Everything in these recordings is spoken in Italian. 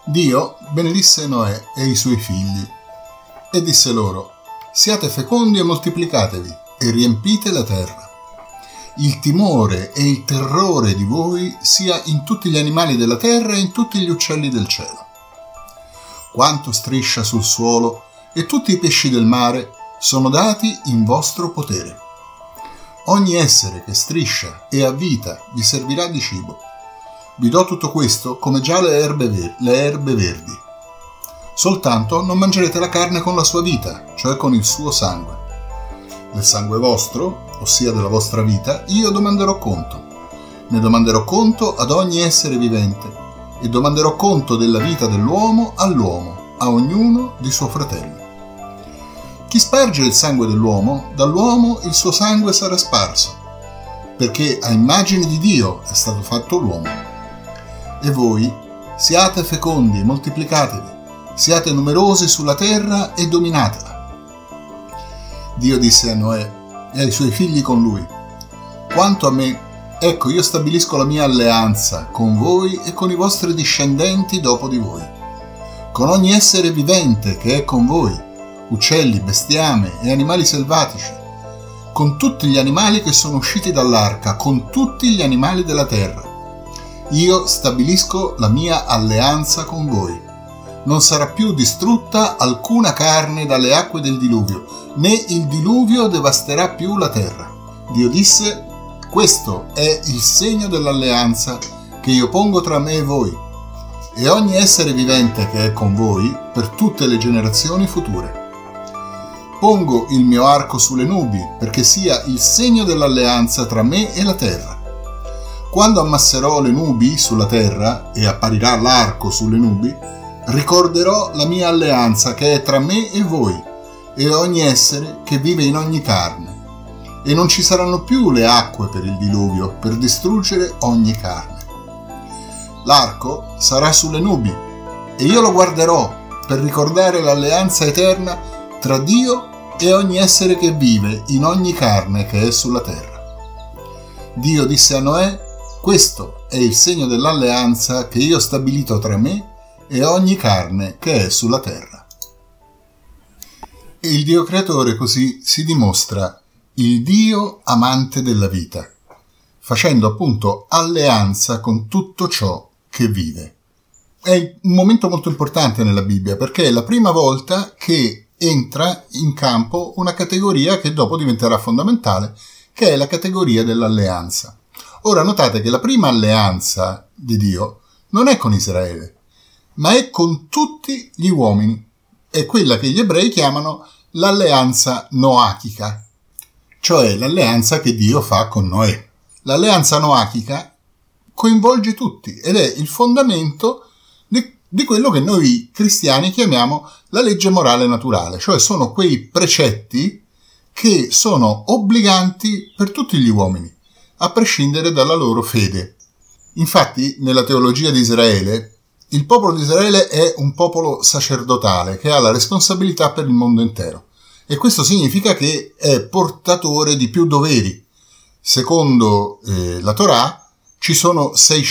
Dio benedisse Noè e i suoi figli e disse loro: siate fecondi e moltiplicatevi e riempite la terra. Il timore e il terrore di voi sia in tutti gli animali della terra e in tutti gli uccelli del cielo. Quanto striscia sul suolo e tutti i pesci del mare sono dati in vostro potere. Ogni essere che striscia e ha vita vi servirà di cibo. Vi do tutto questo come già le erbe verdi. Soltanto non mangerete la carne con la sua vita, cioè con il suo sangue. Del sangue vostro, ossia della vostra vita, io domanderò conto. Ne domanderò conto ad ogni essere vivente e domanderò conto della vita dell'uomo all'uomo, a ognuno di suo fratello. Chi sparge il sangue dell'uomo, dall'uomo il suo sangue sarà sparso, perché a immagine di Dio è stato fatto l'uomo. E voi siate fecondi e moltiplicatevi, siate numerosi sulla terra e dominatela. Dio disse a Noè e ai suoi figli con lui: quanto a me, ecco, io stabilisco la mia alleanza con voi e con i vostri discendenti dopo di voi, con ogni essere vivente che è con voi, uccelli, bestiame e animali selvatici, con tutti gli animali che sono usciti dall'arca, con tutti gli animali della terra. Io stabilisco la mia alleanza con voi. Non sarà più distrutta alcuna carne dalle acque del diluvio, né il diluvio devasterà più la terra. Dio disse: questo è il segno dell'alleanza che io pongo tra me e voi, e ogni essere vivente che è con voi per tutte le generazioni future. Pongo il mio arco sulle nubi, perché sia il segno dell'alleanza tra me e la terra. Quando ammasserò le nubi sulla terra e apparirà l'arco sulle nubi, ricorderò la mia alleanza che è tra me e voi e ogni essere che vive in ogni carne. E non ci saranno più le acque per il diluvio per distruggere ogni carne. L'arco sarà sulle nubi e io lo guarderò per ricordare l'alleanza eterna tra Dio e ogni essere che vive in ogni carne che è sulla terra. Dio disse a Noè: questo è il segno dell'alleanza che io ho stabilito tra me e ogni carne che è sulla terra. E il Dio creatore così si dimostra il Dio amante della vita, facendo appunto alleanza con tutto ciò che vive. È un momento molto importante nella Bibbia perché è la prima volta che entra in campo una categoria che dopo diventerà fondamentale, che è la categoria dell'alleanza. Ora notate che la prima alleanza di Dio non è con Israele, ma è con tutti gli uomini. È quella che gli ebrei chiamano l'alleanza noachica, cioè l'alleanza che Dio fa con Noè. L'alleanza noachica coinvolge tutti ed è il fondamento di quello che noi cristiani chiamiamo la legge morale naturale, cioè sono quei precetti che sono obbliganti per tutti gli uomini, a prescindere dalla loro fede. Infatti, nella teologia di Israele, il popolo di Israele è un popolo sacerdotale che ha la responsabilità per il mondo intero. E questo significa che è portatore di più doveri. Secondo la Torah ci sono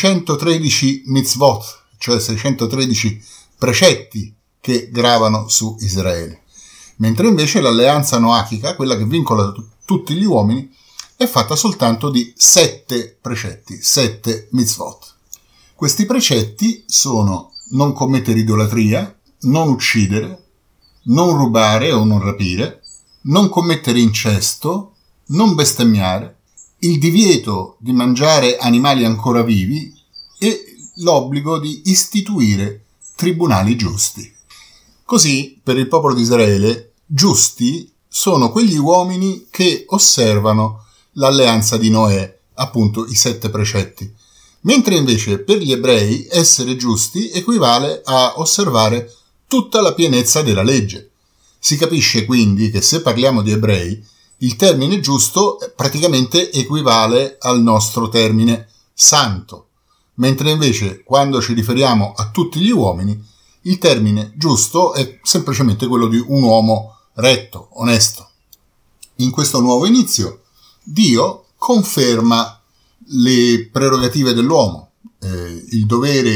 613 mitzvot, cioè 613 precetti che gravano su Israele. Mentre invece l'alleanza noachica, quella che vincola tutti gli uomini, è fatta soltanto di 7 precetti, 7 mitzvot. Questi precetti sono: non commettere idolatria, non uccidere, non rubare o non rapire, non commettere incesto, non bestemmiare, il divieto di mangiare animali ancora vivi e l'obbligo di istituire tribunali giusti. Così, per il popolo di Israele, giusti sono quegli uomini che osservano l'alleanza di Noè, appunto i 7 precetti, mentre invece per gli ebrei essere giusti equivale a osservare tutta la pienezza della legge. Si capisce quindi che se parliamo di ebrei, il termine giusto praticamente equivale al nostro termine santo, mentre invece quando ci riferiamo a tutti gli uomini, il termine giusto è semplicemente quello di un uomo retto, onesto. In questo nuovo inizio, Dio conferma le prerogative dell'uomo, il dovere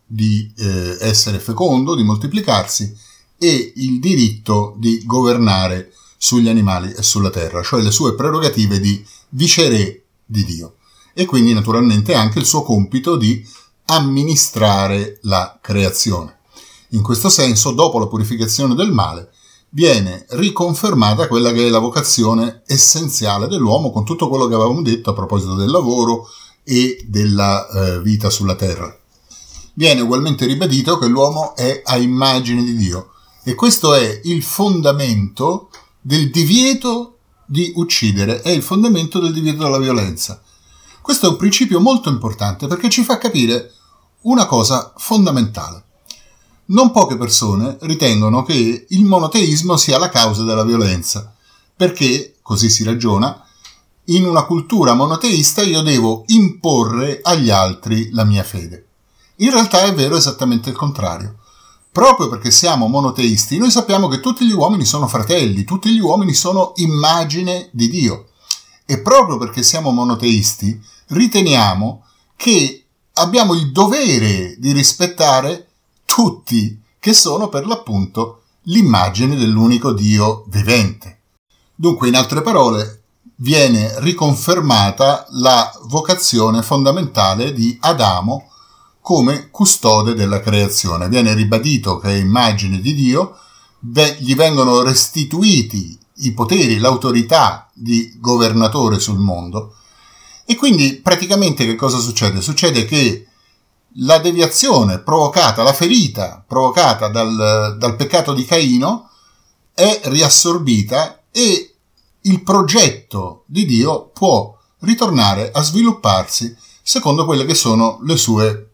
di essere fecondo, di moltiplicarsi, e il diritto di governare sugli animali e sulla terra, cioè le sue prerogative di viceré di Dio, e quindi naturalmente anche il suo compito di amministrare la creazione. In questo senso, dopo la purificazione del male, viene riconfermata quella che è la vocazione essenziale dell'uomo, con tutto quello che avevamo detto a proposito del lavoro e della vita sulla terra. Viene ugualmente ribadito che l'uomo è a immagine di Dio, e questo è il fondamento del divieto di uccidere, è il fondamento del divieto della violenza. Questo è un principio molto importante perché ci fa capire una cosa fondamentale. Non poche persone ritengono che il monoteismo sia la causa della violenza, perché, così si ragiona, in una cultura monoteista io devo imporre agli altri la mia fede. In realtà è vero esattamente il contrario. Proprio perché siamo monoteisti, noi sappiamo che tutti gli uomini sono fratelli, tutti gli uomini sono immagine di Dio. E proprio perché siamo monoteisti, riteniamo che abbiamo il dovere di rispettare tutti, che sono per l'appunto l'immagine dell'unico Dio vivente. Dunque, in altre parole, viene riconfermata la vocazione fondamentale di Adamo come custode della creazione. Viene ribadito che è immagine di Dio, gli vengono restituiti i poteri, l'autorità di governatore sul mondo, e quindi praticamente che cosa succede? Succede che la deviazione provocata, la ferita provocata dal peccato di Caino è riassorbita e il progetto di Dio può ritornare a svilupparsi secondo quelle che sono le sue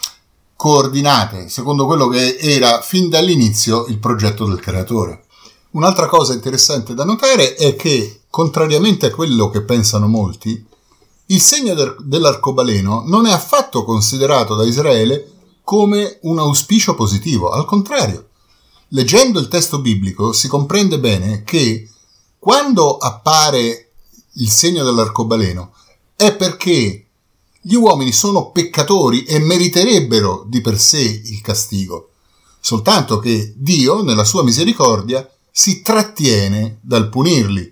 coordinate, secondo quello che era fin dall'inizio il progetto del creatore. Un'altra cosa interessante da notare è che, contrariamente a quello che pensano molti, il segno dell'arcobaleno non è affatto considerato da Israele come un auspicio positivo, al contrario. Leggendo il testo biblico si comprende bene che quando appare il segno dell'arcobaleno è perché gli uomini sono peccatori e meriterebbero di per sé il castigo, soltanto che Dio, nella sua misericordia, si trattiene dal punirli.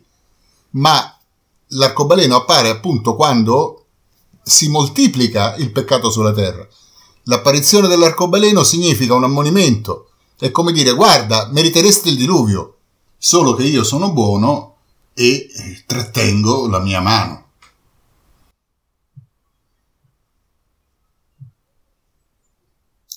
Ma l'arcobaleno appare appunto quando si moltiplica il peccato sulla terra. L'apparizione dell'arcobaleno significa un ammonimento, è come dire: guarda, meritereste il diluvio, solo che io sono buono e trattengo la mia mano.